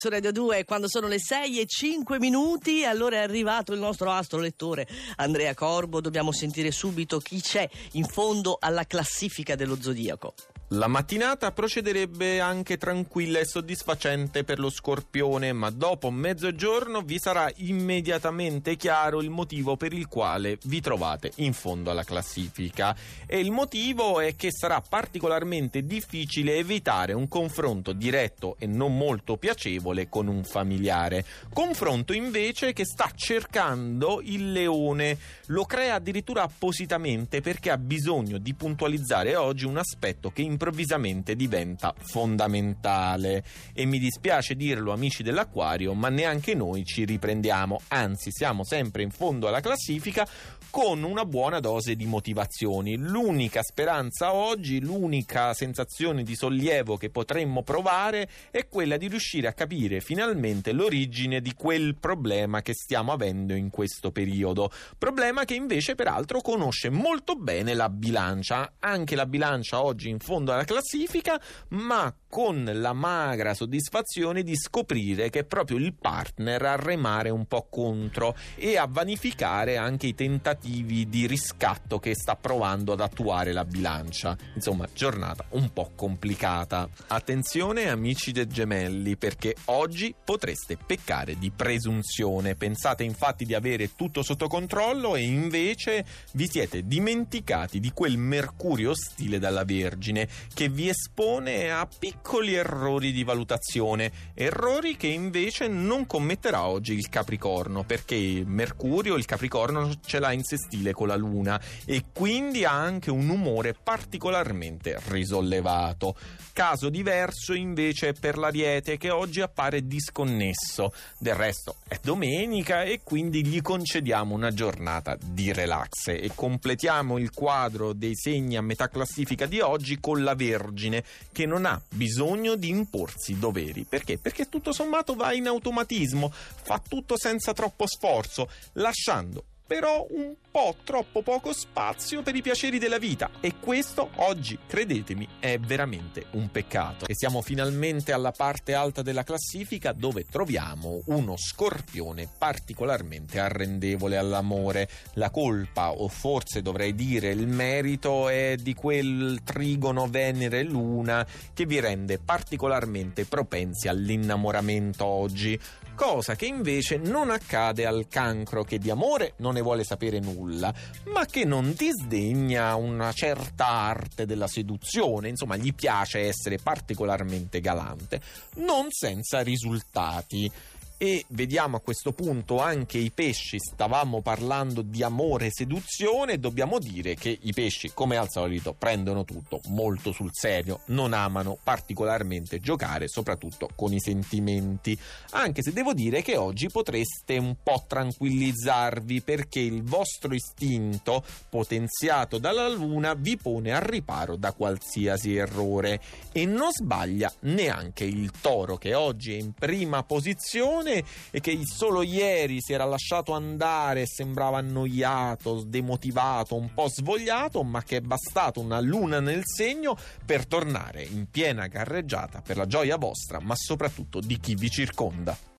Su Radio 2, quando sono le 6:05, allora è arrivato il nostro astrolettore Andrea Corbo. Dobbiamo sentire subito chi c'è in fondo alla classifica dello zodiaco. La mattinata procederebbe anche tranquilla e soddisfacente per lo Scorpione, ma dopo mezzogiorno vi sarà immediatamente chiaro il motivo per il quale vi trovate in fondo alla classifica. E il motivo è che sarà particolarmente difficile evitare un confronto diretto e non molto piacevole con un familiare. Confronto invece che sta cercando il Leone. Lo crea addirittura appositamente perché ha bisogno di puntualizzare oggi un aspetto che improvvisamente diventa fondamentale. E mi dispiace dirlo, amici dell'Acquario, ma neanche noi ci riprendiamo, anzi siamo sempre in fondo alla classifica con una buona dose di motivazioni. L'unica speranza oggi, l'unica sensazione di sollievo che potremmo provare è quella di riuscire a capire finalmente l'origine di quel problema che stiamo avendo in questo periodo. Problema che invece peraltro conosce molto bene la Bilancia. Anche la Bilancia oggi in fondo alla classifica, ma con la magra soddisfazione di scoprire che è proprio il partner a remare un po' contro e a vanificare anche i tentativi di riscatto che sta provando ad attuare la Bilancia. Insomma, giornata un po' complicata. Attenzione amici dei Gemelli, perché oggi potreste peccare di presunzione. Pensate infatti di avere tutto sotto controllo e invece vi siete dimenticati di quel Mercurio ostile dalla Vergine che vi espone a piccoli errori di valutazione, errori che invece non commetterà oggi il Capricorno, perché Mercurio il Capricorno ce l'ha in sestile con la Luna e quindi ha anche un umore particolarmente risollevato. Caso diverso invece per l'Ariete, che oggi appare disconnesso. Del resto è domenica e quindi gli concediamo una giornata di relax e completiamo il quadro dei segni a metà classifica di oggi con la Vergine, che non ha bisogno di imporsi doveri. Perché? Perché tutto sommato va in automatismo, fa tutto senza troppo sforzo, lasciando però un po' troppo poco spazio per i piaceri della vita, e questo oggi, credetemi, è veramente un peccato. E siamo finalmente alla parte alta della classifica, dove troviamo uno Scorpione particolarmente arrendevole all'amore. La colpa, o forse dovrei dire il merito, è di quel trigono Venere-Luna che vi rende particolarmente propensi all'innamoramento oggi, cosa che invece non accade al Cancro, che di amore non ne vuole sapere nulla, ma che non disdegna una certa arte della seduzione. Insomma, gli piace essere particolarmente galante, non senza risultati. E vediamo a questo punto anche i Pesci. Stavamo parlando di amore e seduzione, dobbiamo dire che i Pesci, come al solito, prendono tutto molto sul serio, non amano particolarmente giocare, soprattutto con i sentimenti, anche se devo dire che oggi potreste un po' tranquillizzarvi, perché il vostro istinto, potenziato dalla Luna, vi pone al riparo da qualsiasi errore, e non sbaglia neanche il Toro, che oggi è in prima posizione e che solo ieri si era lasciato andare, sembrava annoiato, demotivato, un po' svogliato, ma che è bastato una luna nel segno per tornare in piena carreggiata per la gioia vostra, ma soprattutto di chi vi circonda.